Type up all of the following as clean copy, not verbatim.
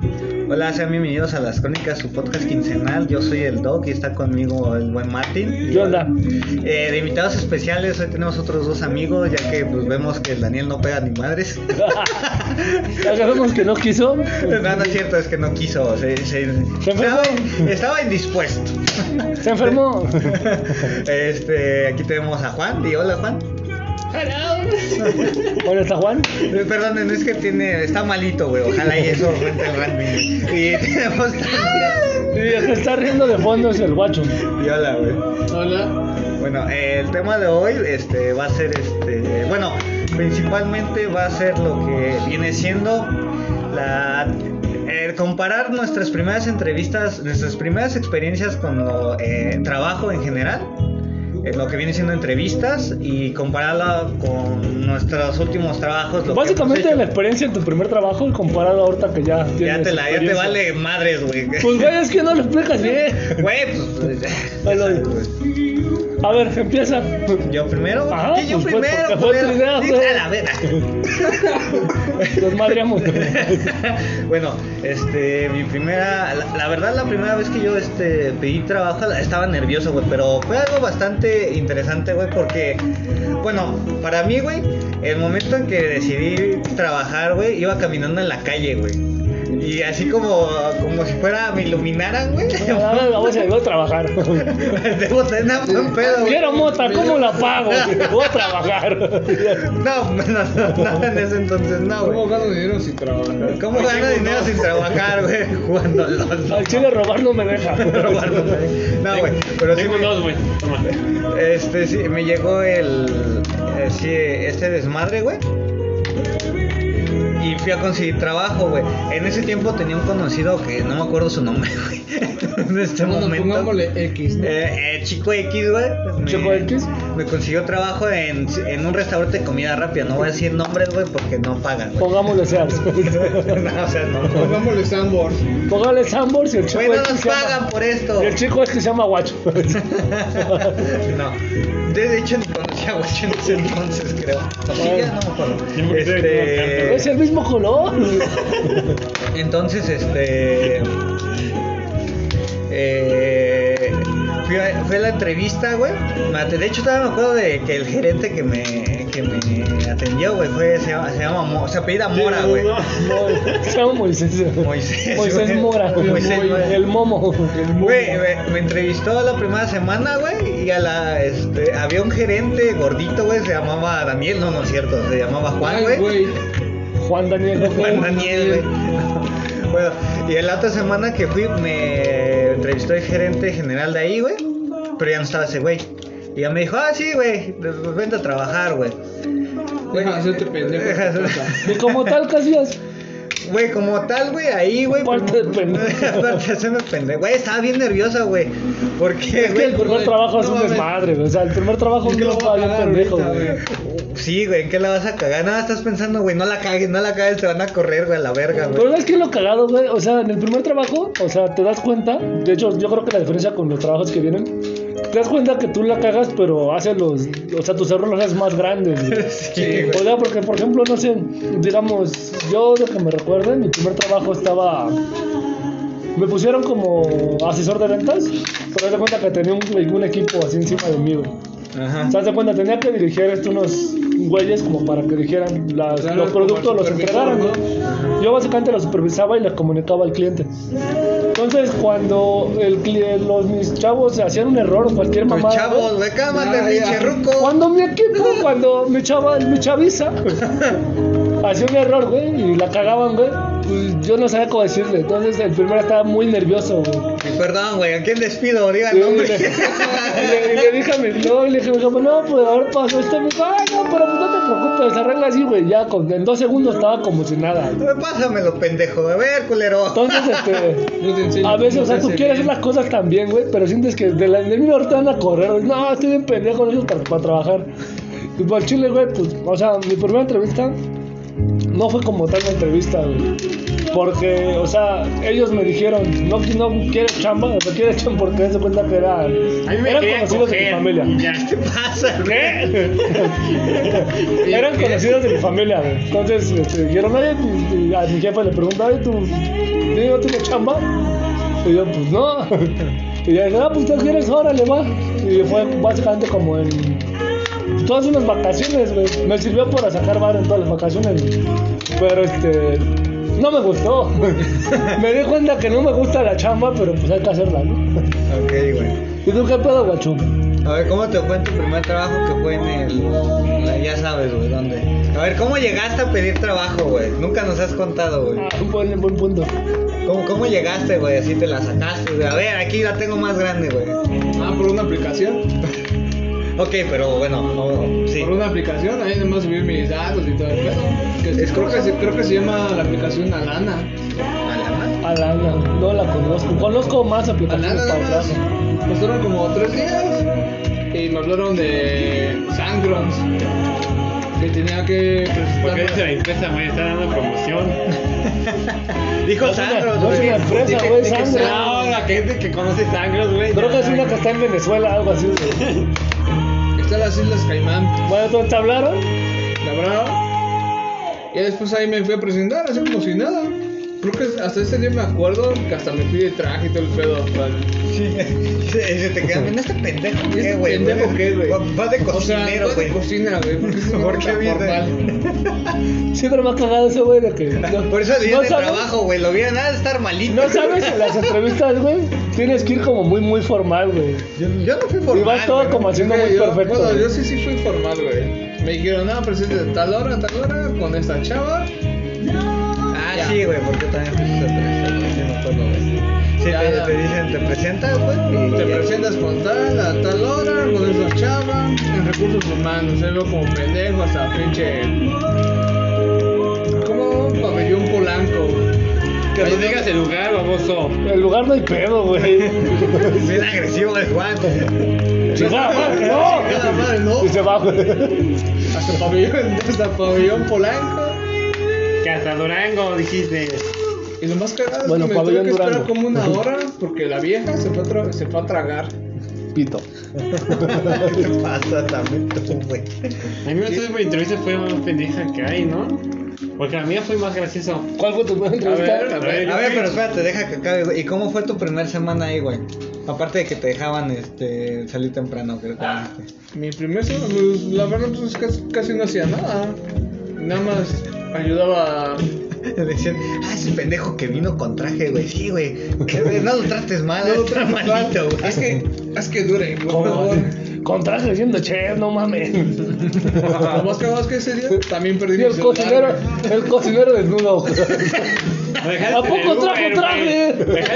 Hola, sean bienvenidos a Las Crónicas, su podcast quincenal. Yo soy el Doc y está conmigo el buen Martín. ¿Qué onda? De invitados especiales, hoy tenemos otros dos amigos, ya que pues, vemos que el Daniel no pega ni madres. Ya sabemos que no quiso. No, no es cierto, es que no quiso. Se enfermó. Estaba indispuesto. Se enfermó. Aquí tenemos a Juan. Di hola, Juan. Hola, ¿está Juan? Perdonen, es que está malito, güey. Ojalá y eso aumente el ranking. Y tenemos Y el que está riendo de fondo es el guacho. Y hola, güey. Hola. Bueno, el tema de hoy va a ser bueno, principalmente va a ser lo que viene siendo comparar nuestras primeras entrevistas, nuestras primeras experiencias con trabajo en general. Lo que viene siendo entrevistas y compararla con nuestros últimos trabajos. Básicamente la experiencia en tu primer trabajo y compararlo ahorita que ya tienes ya te vale madres, güey. Pues güey, es que no lo explicas bien. Güey, pues a ver, empieza. ¿Yo primero? Ajá, ¿Qué yo pues primero? fue tu idea, güey. A la verga. Nos madreamos. Bueno, mi primera, la verdad, la primera vez que yo pedí trabajo estaba nervioso, güey, pero fue algo bastante interesante, güey, porque, bueno, para mí, güey, el momento en que decidí trabajar, güey, iba caminando en la calle, güey. Y así como si me iluminaran, güey. Vamos a ir a trabajar. Debo tener un pedo, güey. Quiero mota, ¿cómo la pago? Voy a trabajar. No, en ese entonces no, güey. ¿Cómo gano dinero sin trabajar? ¿Cómo gano dinero sin trabajar, güey? Jugando LOL. Al chile robar no me deja. No, güey. Pero sí. Tengo dos, güey. Toma. Sí, me llegó este desmadre, güey. Y fui a conseguir trabajo, güey. En ese tiempo tenía un conocido que no me acuerdo su nombre, güey. En este momento. Pongámosle X, ¿no? Chico X, güey. Chico X. Me consiguió trabajo en un restaurante de comida rápida. No voy a decir nombres, güey, porque no pagan, güey. Pongámosle Sears. No, o sea, no. Pongámosle Sandboard. Póngale Sambors y el chico Güey, no X nos se llama- pagan por esto. Y el chico este se llama Guacho. No. De hecho, ni conocía a Guacho en ese entonces, creo. Sí, ya no me acuerdo. Es el mismo color. Entonces, fui a la entrevista, güey. De hecho, todavía me acuerdo de que el gerente que me atendió, güey, se apellida Mora, güey. Se llama Moisés. Moisés Moisés Mora. Moisés, güey. El Momo. Güey, me entrevistó la primera semana, güey, y había un gerente gordito, güey, se llamaba Daniel, no es cierto, se llamaba Juan, güey. Juan Daniel. Juan Daniel, güey. Bueno, y la otra semana que fui me entrevistó el gerente general de ahí, güey, pero ya no estaba ese güey. Y ya me dijo, sí, güey, pues vente a trabajar, güey. Deja de hacerte pendejo. Y como tal, ¿qué hacías? Güey, como tal, güey, ahí, güey. Aparte de pendejo. Aparte de hacerme pendejo. Güey, estaba bien nerviosa, güey. Porque, Es que el primer trabajo es no un mames. desmadre, güey. O sea, el primer trabajo Es que no lo voy a va bien pagar pendejo, ahorita, güey. Sí, güey, ¿en qué la vas a cagar? Nada, estás pensando, güey, no la cagues, te van a correr, güey, a la verga, güey. Pero es que lo cagado, güey. O sea, en el primer trabajo, o sea, te das cuenta. De hecho, yo creo que la diferencia con los trabajos que vienen, te das cuenta que tú la cagas, pero tus errores los haces más grandes, güey. Sí, güey. O sea, porque, por ejemplo, no sé, digamos, yo de que me recuerden, mi primer trabajo me pusieron como asesor de ventas, pero haz de cuenta que tenía un equipo así encima de mí, güey. Ajá. O sea, haz de cuenta, tenía que dirigir unos güeyes como para que dijeran Claro, los productos, como el los entregaran, ¿no? supervisor, Yo básicamente los supervisaba y les comunicaba al cliente. Entonces, cuando mis chavos hacían un error o cualquier Pues mamada, chavos, güey, cálmate, Ya, pinche ya. ruco. cuando mi chaviza hacía un error, güey, y la cagaban, güey, pues yo no sabía cómo decirle. Entonces, el primero estaba muy nervioso, güey. Perdón, güey, ¿a quién despido? Diga el Y nombre. le dije a mi novio, le dije, no, pues ahora pasó esto. Me dijo, no, pero pues no te preocupes, arregla así, güey. Ya, en 2 segundos estaba como si nada. Güey, pásamelo, pendejo, a ver, culero. Entonces, Yo te enseño a veces, cómo o sea, se tú hace quieres hacer bien. las cosas tan bien, güey, pero sientes que de mismo ahorita van a correr, güey. No, estoy bien pendejo, no es para trabajar. Y por el chile, güey, pues, o sea, mi primera entrevista, no fue como tal una entrevista, güey. Porque, o sea, ellos me dijeron, no quieres chamba, o sea, quieres chamba porque se cuenta que eran conocidos de mi familia. Ya te pasa, ¿Qué? Eran conocidos de mi familia, güey. Entonces, dijeron, oye, y a mi jefe le preguntaba, oye, ¿tú no tienes chamba? Y yo, pues no. Y yo dije, pues ¿qué quieres? Órale, va. Y fue básicamente como en todas unas vacaciones, güey. Me sirvió para sacar bar en todas las vacaciones, güey. Pero no me gustó. Me di cuenta que no me gusta la chamba, pero pues hay que hacerla, ¿no? Ok, güey. ¿Y tú qué pedo, guacho? A ver, ¿cómo te fue en tu primer trabajo que fue en ya sabes, güey, dónde? A ver, ¿cómo llegaste a pedir trabajo, güey? Nunca nos has contado, güey. Un buen punto. ¿Cómo llegaste, güey? Así te la sacaste, güey. A ver, aquí la tengo más grande, güey. Por una aplicación. Ok, pero bueno, sí. Por una aplicación, ahí nomás subí mis datos y todo el pedo. Creo que se llama la aplicación Alana. Alana, no la conozco. Conozco más aplicaciones Alana para nada más. trabajo. Pasaron como 3 días y me hablaron de Sangrons. Que tenía que Porque presentar. dice la empresa, güey, está dando promoción. Dijo Sandro, No es güey. una empresa, güey, Sandro. No, la gente que conoce Sangros, güey. Creo que es una que está en Venezuela, algo así, güey. Está en las Islas Caimán. Bueno, ¿entonces te hablaron? La verdad. Y después ahí me fui a presentar, así como si nada. Creo que hasta ese día me acuerdo que hasta me fui de traje y todo el pedo. Sí, se te quedan viendo este pendejo, ¿qué, güey? ¿Pendejo qué, güey? Va de cocinero, o sea, güey. de cocina, güey. ¿Por qué viene? formal. Siempre me ha cagado ese güey de que. Por eso le no dieron el sabes- trabajo, güey. Lo vieron nada de estar malito. No sabes, en las entrevistas, güey, tienes que ir como muy formal, güey. Yo no fui formal. Y vas todo güey, como ¿no? haciendo muy perfecto. Bueno, güey. yo sí fui formal, güey. Me dijeron, no, presente de tal hora, con esta chava. Ah, Ya. sí, güey, porque también fuiste a presentar, sí me acuerdo, güey. Sí, Ya. te dicen, te presentas, güey, y Te ya. presentas con tal, a tal hora, con esta chava, en recursos humanos. Se veo como pendejo hasta pinche. Como pabellón Polanco. Que nos digas el lugar, baboso. El lugar no hay pedo, güey. Bien agresivo el Juan. Se va, güey, Nada no. más, ¿no? Y se va, güey. Hasta pabellón Polanco. Que hasta Durango dijiste. Y lo más cagado Bueno, es que me tuve pabellón que esperar Durango. como una hora porque la vieja se fue a tragar. Pito. ¿Qué te pasa también tú, güey? A mí me estuvo mi entrevista fue más pendeja que hay, ¿no? Porque la mía fue más gracioso. ¿Cuál fue tu primera entrevista? A ver. A ver, pero espérate, deja que acabe, güey. ¿Y cómo fue tu primer semana ahí, güey? Aparte de que te dejaban salir temprano, creo que dijiste. Mi primer semana, pues, la verdad, pues casi no hacía nada. Nada más ayudaba. Decían, ese pendejo que vino con traje, güey. Sí, güey. No lo trates mal, No lo está trates mal. malito, güey. Es que dure, por favor. Con traje diciendo, che, no mames. Lo más cagado es que ese día también perdí Y mi celular. el cocinero desnudo. ¿A poco trajo traje?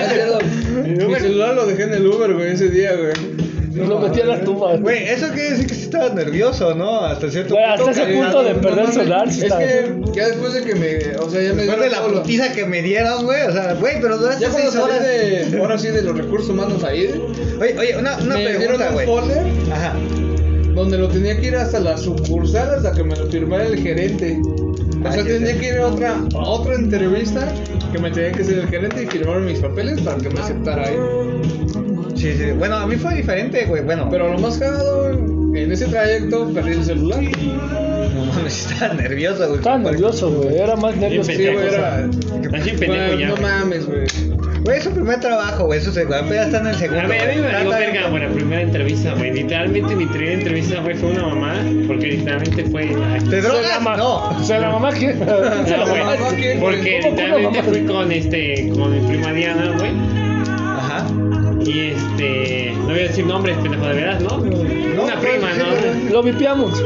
Mi celular lo dejé en el Uber, güey, ese día, güey. Lo metí a la tuba. Güey, eso quiere decir que sí estabas nervioso, ¿no? Hasta cierto Güey, punto. hasta ese punto de perder el celular, sí Es está. que ya después de que o sea, ya me Después de dieron la todo lo- putiza que me dieron, güey. O sea, güey, pero duraste Ya cuando 6 horas. salí ahora sí de los recursos humanos ahí, Oye, una me dieron pregunta, un güey. folder Ajá. donde lo tenía que ir hasta la sucursal hasta que me lo firmara el gerente. O sea, sí, tenía sí. que ir a otra entrevista que me tenía que ser el gerente y firmar mis papeles para que me aceptara ahí. Sí, sí. Bueno, a mí fue diferente, güey. Bueno, Pero lo más cagado, en ese trayecto perdí el celular. no mames, estaba nervioso, güey. Estaba nervioso, güey. Era más nervioso. Sí, güey, era. Así pendejo Güey, ya. no güey. mames, güey. Güey, es su primer trabajo, güey. Eso se apenas está en el segundo. A mí me güey. dio Está verga, bien. güey, la primera entrevista, güey. Literalmente mi primera entrevista, güey, fue una mamá. Porque literalmente fue. ¿Te drogas? No. O sea, la mamá que. No, mamá güey. quién, Porque ¿Cómo que una literalmente mamá? fui con mi prima Diana, güey. Ajá. Y no voy a decir nombres, pendejo, de veras, ¿no? Una prima, sí, ¿no? Lo vipiamos.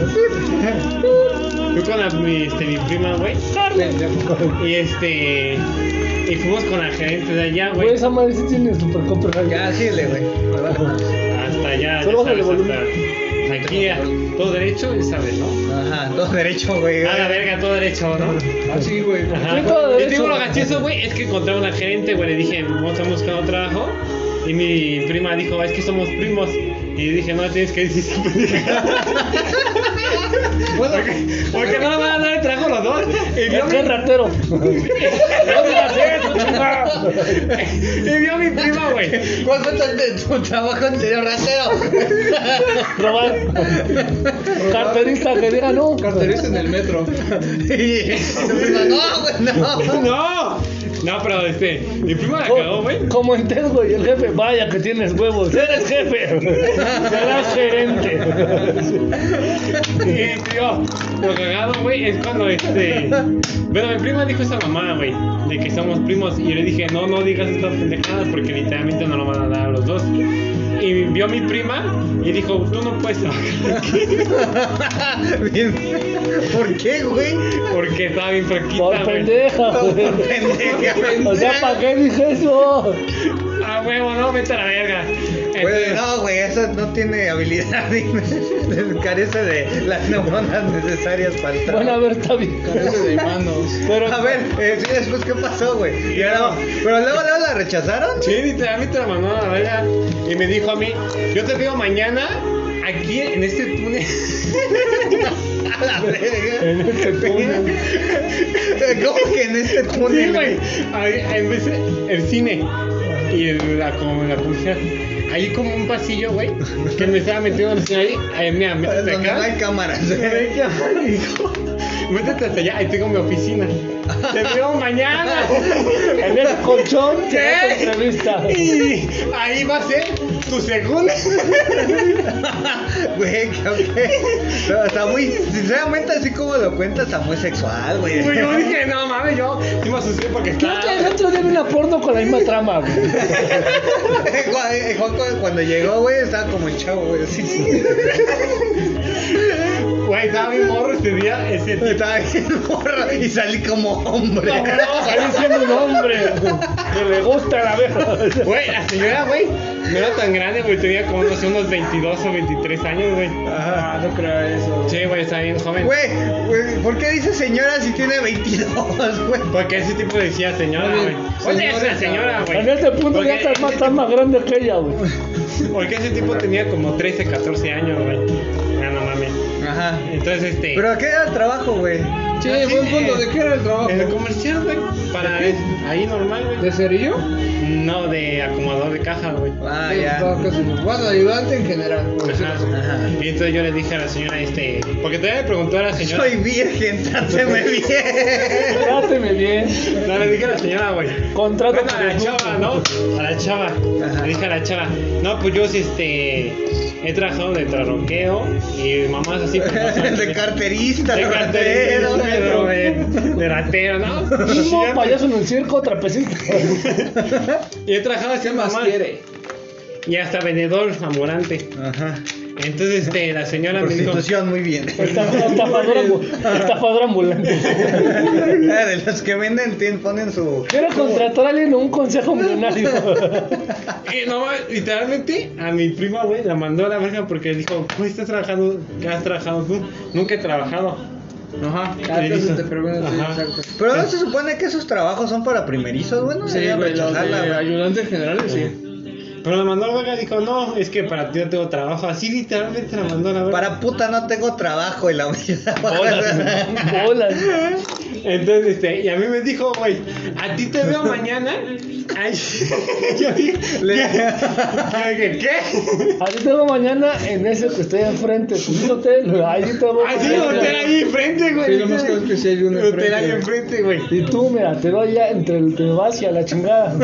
Fui con mi prima, güey. Y fuimos con la gerente de allá, Güey, güey. esa madre sí tiene super compra. Ya, síguele, güey. Me vale más. Hasta allá, Solo ya bájale sabes, volumen. hasta aquí, todo derecho, ya sabes, ¿no? Ajá, todo derecho, güey. A la verga, todo derecho, ¿no? Así, güey. Ajá. Sí, todo Y derecho. digo lo gracioso, güey, es que encontré a una gerente, güey, le dije, vamos a buscar un trabajo. Y mi prima dijo, es que somos primos. Y dije, no, tienes que decir esa pendejada. Porque no le van a dar el trabajo los dos. Y vio, ¿Qué ratero? No digas eso, chingada. y vio a mi prima, güey. ¿Cuál fue tu trabajo anterior, ratero? Robar. Carterista que diga no. Carterista en el metro. Y tu prima, no, güey, no. No, pero mi prima la cagó, güey. Como en Ted, güey, el jefe, vaya que tienes huevos, eres jefe, serás gerente. Y tío, lo cagado, güey, es cuando bueno, mi prima dijo esa mamá, güey, de que somos primos. Y yo le dije, no digas estas pendejadas porque literalmente no lo van a dar a los dos. Y vio a mi prima y dijo, tú no puedes trabajar aquí. Bien. ¿Por qué, güey? Porque estaba bien flaquita, Por güey. pendeja, güey. Pendeja. O sea, ¿para qué dije eso? Ah, huevo, no, vete a la verga. Güey, Entonces, no, güey, eso no tiene habilidad. Carece de las neuronas necesarias para el Bueno, a trabajo. ver, está bien. Carece de manos. Pero, A ver, sí, después, ¿qué pasó, güey? Y ahora, pero luego la rechazaron. sí, literalmente la mandó a la verga. Y me dijo a mí, yo te veo mañana aquí en este túnel. A la verga. en este túnel. ¿Cómo que en este Sí, túnel, güey. Ahí, en vez de el cine y como la publicidad. Ahí como un pasillo, güey, que me estaba metiendo ahí. Mira, métete Donde acá. no hay cámaras. Y dijo, métete hasta allá, ahí tengo mi oficina. Te veo mañana. En el colchón, ¿Qué? será tu entrevista. Y ahí va a ser tu segunda. Güey, está muy, sinceramente, así como lo cuentas, está muy sexual, güey. Güey, yo dije, no mames, yo sí me asusté porque Creo que el estaba. otro día vi una porno con la misma trama, güey. Juan cuando llegó, güey, estaba como el chavo, güey, así. Güey, estaba bien morro ese día. Ese tipo. Estaba bien morro y salí como hombre. Salí siendo un hombre que le gusta la verga. Güey, la señora, güey, no era tan grande, güey, tenía como no sé, unos 22 o 23 años, güey. Ah, no creo eso. Sí, güey, estaba bien joven. Güey, ¿por qué dice señora si tiene 22, güey? Porque ese tipo decía señora, güey. Oye, es una señora, güey. En este punto ya estás más grande que ella, güey. Porque ese tipo tenía como 13, 14 años, güey. Ah, no mames. Ajá. Entonces, ¿Pero qué era el trabajo, güey? Sí, buen punto. ¿De qué era el trabajo? En el comercial, güey. Para ahí normal, güey. ¿De cerillo? No, de acomodador de caja, güey. Ah, Sí, ya. estaba casi- Bueno, ayudante en general. Ajá. Y entonces yo le dije a la señora, porque todavía me preguntó a la señora. Soy virgen, tráteme bien. Tráteme bien. No, le dije a la señora, güey. Contrato Bueno, a la chava, ¿no? A la chava. Ajá. Le dije a la chava, no, pues yo sí, he trabajado de trarroqueo y mamás así. Pues, no son- De carterista, de de cartero, ratero. de ratero, ¿no? Mismo payaso en el circo, trapecista. Y he trabajado así ¿Qué más mamá. quiere? Y hasta vendedor ambulante. Ajá. Entonces, la señora me dijo, Prostitución, muy bien. Estafador ambulante. Ah, de los que venden, ponen su. Quiero contratar a alguien en un consejo millonario. no, literalmente a mi prima, güey, la mandó a la verga porque dijo, ¿cómo estás trabajando? ¿Qué has trabajado tú? Nunca he trabajado. Ajá. Le Cada vez dijo, te preguntan, sí, ajá. exacto. Pero no se supone que esos trabajos son para primerizos, bueno, Sí, sería güey, los rechazarla, de güey. ayudantes generales, sí. Pero la mandó a la verga y dijo, no, es que para ti no tengo trabajo. Así literalmente la mandó a la verga. Para puta no tengo trabajo y la Bolas. Entonces, y a mí me dijo, güey, a ti te veo mañana. Ay, yo dije, ¿qué? Así te veo mañana en ese que estoy enfrente. Tu hotel. Ahí te veo. Así, hotel ahí enfrente, güey. Sí, lo más claro es que sí hay uno Hotel ahí enfrente. enfrente, güey. Y tú, mira, te veo allá entre el te vas y a la chingada.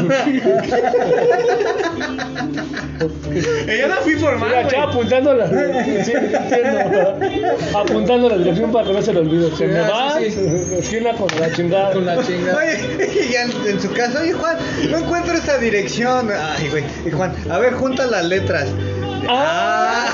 Y yo no fui formal, Mira, güey. chava apuntando la. Sí, entiendo. Apuntando la dirección para que no se le olvide. Se me va, Sí, sí. esquina con la chingada. Con la chingada. Oye, y ya en su caso, oye Juan, no encuentro esa dirección. Ay, güey. Y Juan, a ver, junta las letras. Ah.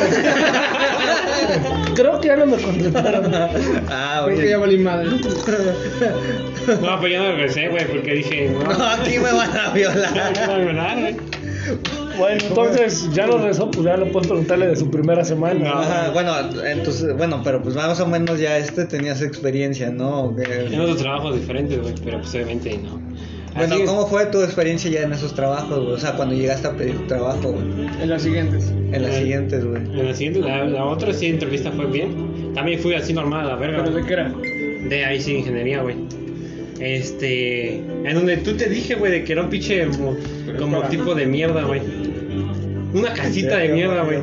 Creo que ya no me contrataron. Creo que ya valí madre. No, pues yo no regresé, güey, porque dije, no. No, aquí me van a violar. güey. Bueno, entonces ya lo rezó, pues ya no puedo preguntarle de su primera semana. Ajá, bueno, entonces, bueno, pero pues más o menos ya tenías experiencia, ¿no? En otros trabajos diferentes, güey, pero pues obviamente no. Bueno, Así es. ¿cómo fue tu experiencia ya en esos trabajos, güey? O sea, cuando llegaste a pedir trabajo, güey. En las siguientes. En las siguientes, güey. En la siguiente, la otra sí entrevista fue bien. También fui así normal a la verga. ¿Pero de qué era? De ahí sí, ingeniería, güey. En donde tú te dije, güey, de que era un pinche como espera. tipo de mierda, güey. Una casita de mierda, güey.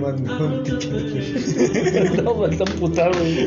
No, güey, está emputado, güey.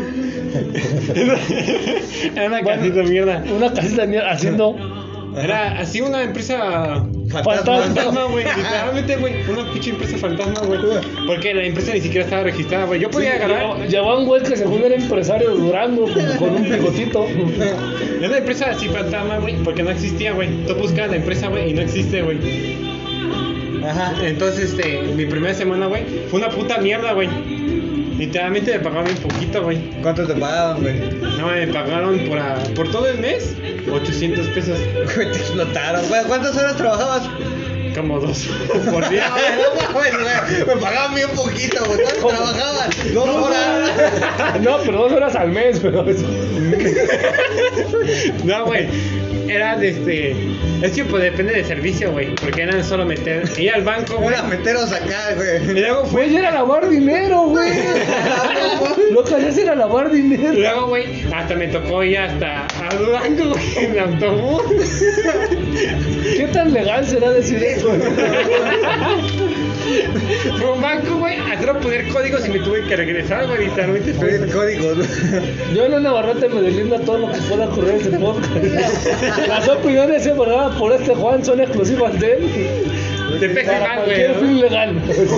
Era una Bueno. casita de mierda. Una casita de mierda haciendo. Era así una empresa fantasma, güey. Literalmente, güey. Una pinche empresa fantasma, güey. Porque la empresa ni siquiera estaba registrada, güey. Yo podía agarrar. Llevaba un güey que según era empresario de Durango, como con un bigotito. Era una empresa así fantasma, güey. Porque no existía, güey. Tú buscas la empresa, güey, y no existe, güey. Ajá. Entonces, mi primera semana, güey, fue una puta mierda, güey. Literalmente me pagaban un poquito, güey. ¿Cuánto te pagaban, güey? No, me pagaron por todo el mes 800 pesos. Güey, te explotaron. Güey, ¿cuántas horas trabajabas? Como 2 por día. No, güey, me pagaban bien poquito, güey. ¿Cuánto trabajaban? 2 horas. No, pero 2 horas al mes, pero. No, güey. Era es que pues depende del servicio, güey. Porque eran solo ir al banco, güey. Era meteros acá, güey. Y luego fue. Güey, era lavar dinero, güey. Lo que hacías era lavar Y dinero. luego, güey, hasta me tocó ir hasta a Durango, güey, en autobús. ¿Qué tan legal será decir eso? Fue un banco, güey, a solo poner códigos y me tuve que regresar, güey, literalmente. Pedir códigos. Yo en una barrata me deslinda todo lo que pueda ocurrir en este podcast. Las opiniones verdad por este Juan son exclusivas de él. Te pega Para mal, cualquier güey. fin legal.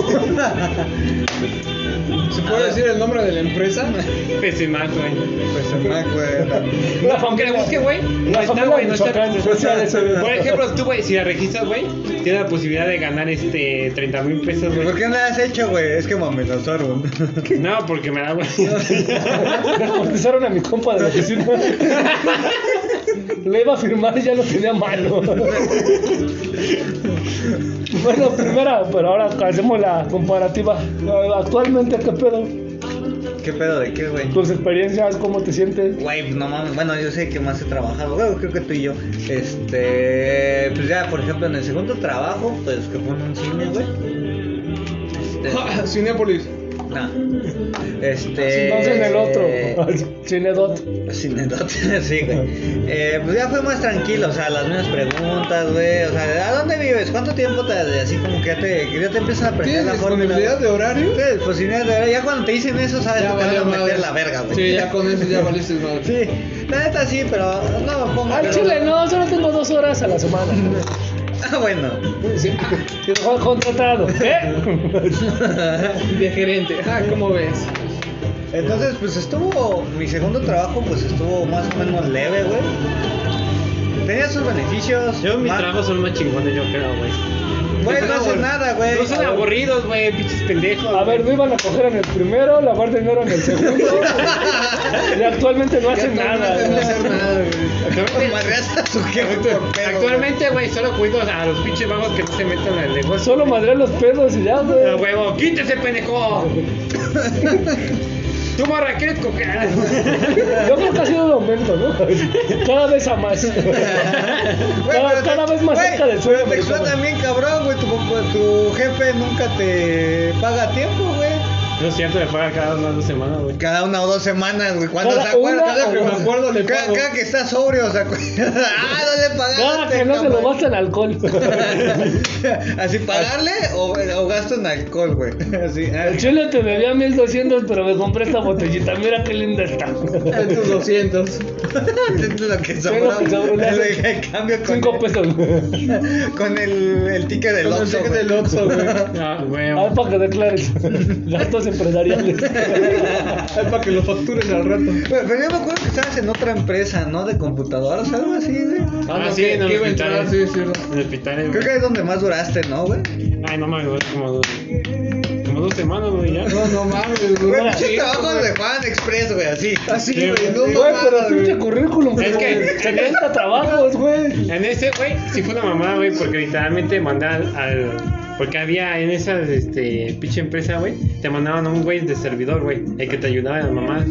¿Se puede decir el nombre de la empresa? Pésima, güey. Pues se me acuerda. La Aunque la busque, güey, no La está, familia güey, no está. Michoacán, social, eso. Por ejemplo, tú, güey, si la registras, güey, tienes la posibilidad de ganar 30,000 pesos, ¿Por güey. qué no lo has hecho, güey? Es que me amenazaron. No, porque me da, güey. Descuartizaron a mi compa de la oficina. Le iba a firmar y ya lo tenía malo. Bueno, primera, pero ahora hacemos la comparativa. Actualmente, ¿qué pedo? ¿Qué pedo de qué, güey? Tus experiencias, ¿cómo te sientes? Güey, no mames, bueno, yo sé que más he trabajado, güey, creo que tú y yo. Pues ya, por ejemplo, en el segundo trabajo, pues que fue en un cine, güey. Cinépolis. No. Entonces en el otro, Cinedot. Cinedot, sí, güey. Pues ya fue más tranquilo, o sea, las mismas preguntas, güey. O sea, ¿a dónde vives? ¿Cuánto tiempo te así como que ya te empiezas a aprender ¿Tienes la fórmula? disponibilidad de horario? Sí, disponibilidad de horario. Ya cuando te dicen eso, sabes Ya que te van valió a meter madre. la verga, güey. Sí, ya con eso ya valiste madre. Sí, la neta sí, pero no me pongo. Al chile no, solo tengo 2 horas a la semana. Ah, bueno. Sí. Contratado. ¿Qué? De gerente. Ah, ¿cómo ves? Entonces, pues mi segundo trabajo, pues estuvo más o menos leve, güey. Tenía sus beneficios. Mis más- trabajos son más chingones, yo creo, güey. Güey, no haces nada, güey. No son aburridos, güey, pinches pendejos. A ver, no iban a coger en el primero, lavar dinero en el segundo. Y actualmente no hacen nada. No hacer nada, güey. Como madreaste a su jefe por pedo, Actualmente, güey, solo cuido a los pinches vagos que no se metan en el negocio. Solo madrean los pedos y ya, ¡A güey. huevo! ¡Quítese, pendejo! Tú, morra, ¿quieres coger? Yo creo que ha sido un aumento, ¿no? Cada vez a más. Güey, Cada vez más güey, cerca del suelo pero te americano. explotan bien cabrón, güey. Tu jefe nunca te paga a tiempo, güey. No es cierto, me paga cada unas 2 semanas, güey. Cada 1 o 2 semanas, güey. Cuando Cada se acuerda, una cada o que me dos. acuerdo le pago. cada que está sobrio, se acuerda. Ah, no le pagaste. Cada que no se lo cabrón. gasta en alcohol. Así, pagarle o gasto en alcohol, güey. Así, ah. El chile te debía 1200, pero me compré esta botellita. Mira qué linda está. Estos 200. Es lo que Tengo sobró. que sobrar. El cambio con 5 pesos. con el ticket del Con el Oxxo, ticket güey. del Oxxo, güey. Ah, güey. Ah, para que declares gastos empresariales. Es para que lo factures al rato. Pero yo me acuerdo que estabas en otra empresa, ¿no? De computadoras, algo así, güey. Ah, no, sí, que en el iba a entrar, hospital. sí, es cierto. En el hospital, Creo güey. que es donde más duraste, ¿no, güey? Ay, no mames, güey, como 2 semanas, güey, ya. No mames, Güey, güey. pinches trabajos de Juan Express, güey, así. Así, Sí, güey. No Güey, pero mames, pinche güey. currículum. Es que- 70 trabajos, güey. En ese, güey, sí fue una mamada, güey, porque literalmente mandaban porque había en esa, pinche empresa, güey, te mandaban a un güey de servidor, güey, el que te ayudaba a la mamá. Y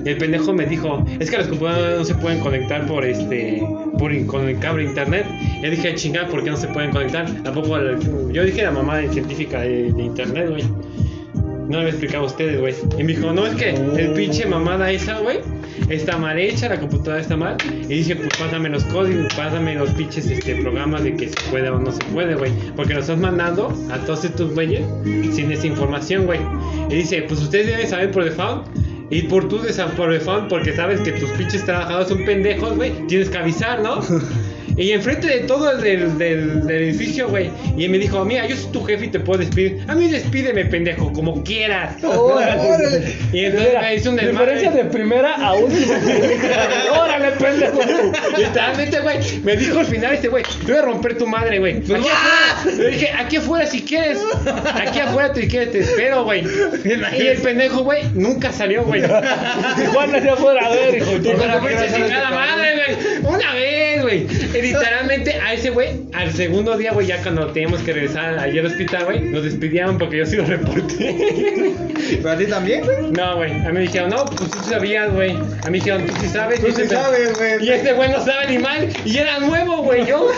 Y el pendejo me dijo, es que las computadoras no se pueden conectar por con el cable de internet. Y yo dije, chingada, ¿por qué no se pueden conectar? Tampoco, yo dije la mamá científica de internet, güey. No le había explicado a ustedes, güey. Y me dijo, no, es que el pinche mamada esa, güey, está mal hecha, la computadora está mal. Y dije, pues pásame los códigos, pásame los pinches programas de que se puede o no se puede, güey. Porque nos estás mandando a todos estos güeyes sin esa información, güey. Y dice, pues ustedes deben saber por default. Y por tu default, porque sabes que tus pinches trabajadores son pendejos, güey, tienes que avisar, ¿no? Y enfrente de todo el del edificio, güey. Y él me dijo, mira, yo soy tu jefe y te puedo despedir. A mí despídeme, pendejo, como quieras. Órale. Y entonces me hizo un desmadre. Diferencia de primera a última. Órale, pendejo. Literalmente, güey, me dijo al final este güey, te voy a romper tu madre, güey. Aquí afuera. Le dije, aquí afuera si quieres. Aquí afuera si quieres te espero, güey. Y el pendejo, güey, nunca salió, güey. Juan hacia afuera, a ver, hijo. Y con la pinche chingada madre, güey. Una vez, güey. Literalmente a ese güey, al segundo día, güey, ya cuando teníamos que regresar ayer al hospital, güey, nos despidieron porque yo sí lo reporté. ¿Pero a ti también, güey? No, güey. A mí me dijeron, no, pues tú sabías, güey. A mí me dijeron, tú sí sabes. Tú sí sabes, güey. Y este güey no sabe ni mal. Y era nuevo, güey, yo.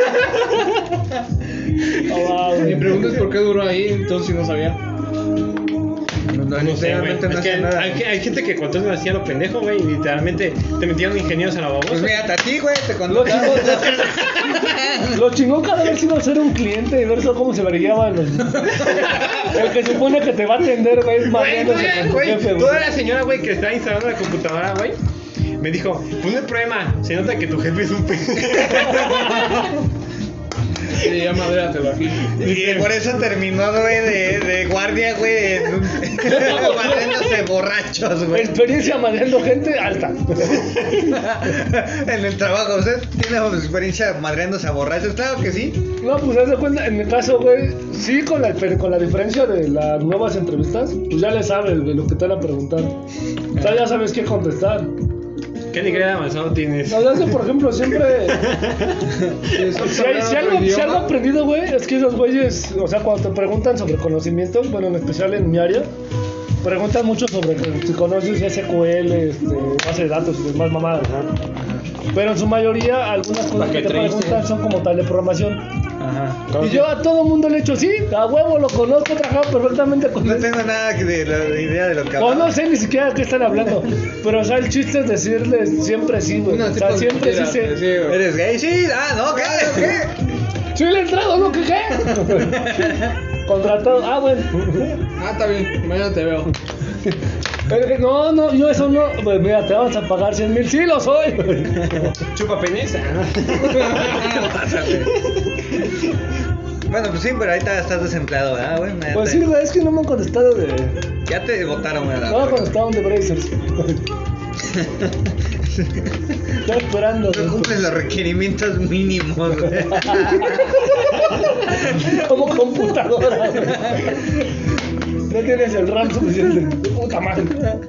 Mi pregunta es por qué duró ahí, entonces si no sabía. No sé, güey. Literalmente no Es que hace nada. hay gente que cuando me hacía lo pendejo, güey, y literalmente te metieron ingenieros a la babosa. Pues mira, a ti, güey, te Lo conozco. chingón, lo chingón cada vez iba a ser un cliente y ver cómo se verillaban los. El que supone que te va a atender, güey, es Güey, mareándose con tu güey, jefe, güey. toda la señora, güey, que está instalando la computadora, güey, me dijo, pues no hay problema, se nota que tu jefe es un pendejo. Sí, ya madréatelo aquí. Y por eso terminó, güey, de guardia, güey, madreándose borrachos, güey. Experiencia madreando gente alta. En el trabajo, ¿usted tiene experiencia madreándose a borrachos? Claro que sí. No, pues haz de cuenta, en mi caso, güey, sí, con la diferencia de las nuevas entrevistas, pues ya le sabes, güey, lo que te van a preguntar. O sea, ya sabes qué contestar. ¿Qué nivel avanzado tienes? No, es que, por ejemplo, siempre. Si algo aprendido, güey, es que esos güeyes, o sea, cuando te preguntan sobre conocimientos, bueno, en especial en mi área, preguntan mucho sobre si conoces SQL, base de datos y demás mamadas. Pero en su mayoría, algunas cosas que te preguntan son como tal de programación. Ajá. Y yo a todo mundo le he hecho, sí, a huevo lo conozco, he trabajado perfectamente con No él. tengo nada de la idea de lo que O hablaba. no sé ni siquiera qué están hablando. Pero, o sea, el chiste es decirles siempre sí, güey. O sea, siempre sí se. ¿Eres gay? Sí. Ah, no, ¿qué? Sí, le he entrado, ¿no? ¿Qué? Contratado. Ah, bueno. Ah, está bien, mañana te veo. No, yo eso no. Pues mira, te vamos a pagar 100,000. Sí, lo soy. ¿Chupa penes? Bueno, pues sí, pero ahorita estás desempleado, ¿verdad, güey? Pues sí, güey, es que no me han contestado de. Ya te votaron, güey. No me contestaron de Brazers. Estoy esperando. No cumples los requerimientos mínimos, güey. Como computadora, güey. No tienes el RAM suficiente. Puta madre.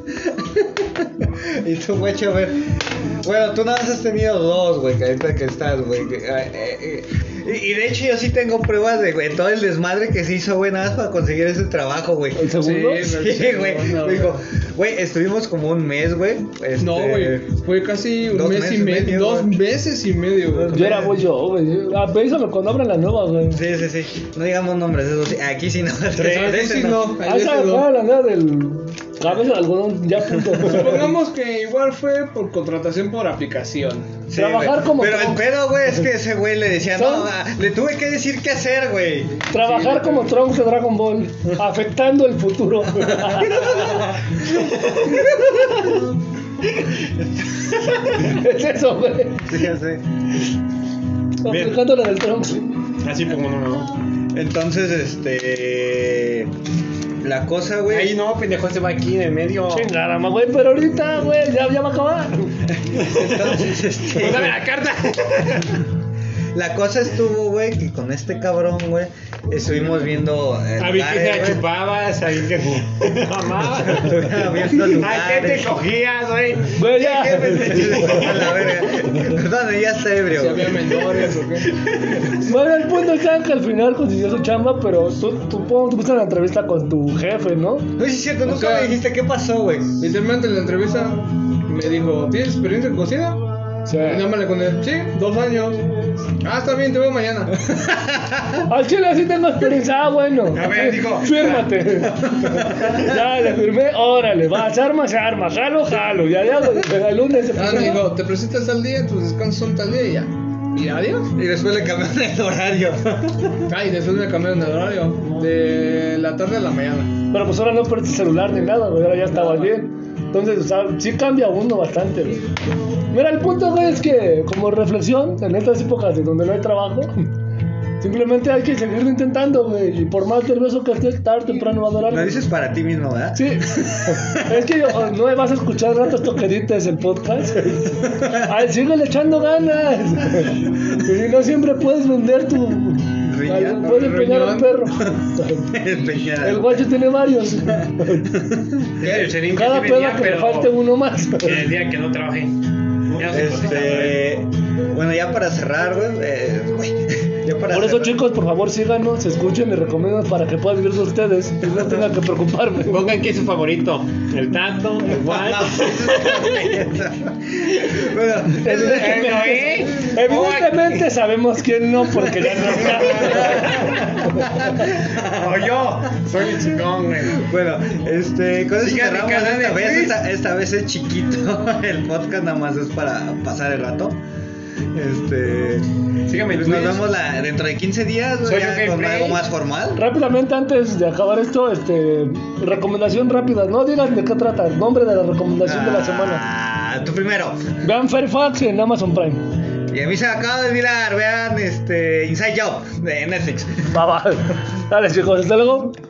Y tú, güey, a ver. Bueno, tú nada más has tenido dos, güey, que ahorita que estás, güey. Y de hecho yo sí tengo pruebas de, güey, todo el desmadre que se hizo, güey, nada más para conseguir ese trabajo, güey. ¿El segundo? Sí, güey. Me dijo, güey, estuvimos como un mes, güey. No, güey, fue casi un 2 mes y medio. 2 meses y medio, güey. Yo era güey, güey. Avísame cuando abran la nueva, güey. Sí. No digamos nombres, eso sí. Aquí sí no. Sí, no. Ah, esa fue la nueva del cabeza de algodón, ya punto. Supongamos que igual fue por contratación por aplicación. Sí, Trabajar güey. como Pero el Trunks. pedo, güey, es que ese güey le decía, ¿Son? no, le tuve que decir qué hacer, güey. Trabajar como Trunks de Dragon Ball, afectando el futuro. Es eso, güey. Sí, ya sé. Afectando la del Trunks. Así como no. Entonces, la cosa, güey. Ahí no, pendejo, se va aquí en el medio. Chingada, ma, güey, pero ahorita, güey, ya va a acabar. Entonces, Pues dame la carta. la cosa estuvo, güey, que con este cabrón, güey, estuvimos viendo A mí que lugares, te güey. chupabas, a mí que te mamabas. Estuvimos viendo ¿A qué te lugares. cogías, güey? Güey, ya. A la verga. Perdón, ya está ebrio. Si había menores o qué. Bueno, el punto está que al final consiguió su chamba, pero tú tuviste una entrevista con tu jefe, ¿no? No, sí es cierto, nunca sea, me dijiste qué pasó, güey. Literalmente en la entrevista me dijo, ¿tienes experiencia en cocina? Sí. Y nada más le conté, sí, 2 años. Ah, está bien, te veo mañana. Al chile sí tengo experiencia, bueno. A ver, dijo. Fírmate. Ya le firmé, órale, va, se arma, jalo. Ya, el lunes se Ah, me dijo, te presentas tal día, tus descansos son tal día y ya. Y adiós. Y después le cambiaron el horario. Ay, después me cambiaron el horario. De la tarde a la mañana. Pero pues ahora no perdiste celular ni nada, güey, ahora ya estaba bien. Entonces, o sea, sí cambia uno bastante, güey. Mira, el punto, güey, es que como reflexión, en estas épocas de donde no hay trabajo, simplemente hay que seguirlo intentando, güey. Y por más nervioso que estés, tarde o temprano va a durar. Lo dices para ti mismo, ¿verdad? Sí, es que no vas a escuchar ratos toquedites el podcast. Ay, síguele echando ganas. Y no siempre puedes vender tu. Riñón. Puedes empeñar al perro. Empeñada. El guacho tiene varios. Cada pedo que le falte uno más. En el día que no trabajé. Ya se Bueno, ya para cerrar, güey. Ya para Por eso, cerrar. chicos, por favor, síganos, escuchen y recomiendan para que puedan vivir de ustedes y no tengan que preocuparme. Pongan que es su favorito. El tato, el guay. Bueno, Evidentemente sabemos quién no, porque ya no está. O yo. Soy el chingón, güey. bueno, con eso Sigan mi cerramos canal esta de vez. Twitch. Esta vez es chiquito. El podcast nada más es para pasar el rato. Síganme en Pues nos Twitch. vemos dentro de 15 días, güey, Soy ya Joaquín con Frey. algo más formal. Rápidamente, antes de acabar esto, recomendación rápida. No digas de qué trata, nombre de la recomendación de la semana. Tú primero. Vean Fairfax en Amazon Prime. Y a mí se me acaba de olvidar, vean Inside Job de Netflix. Bye bye. Dale, chicos, hasta luego.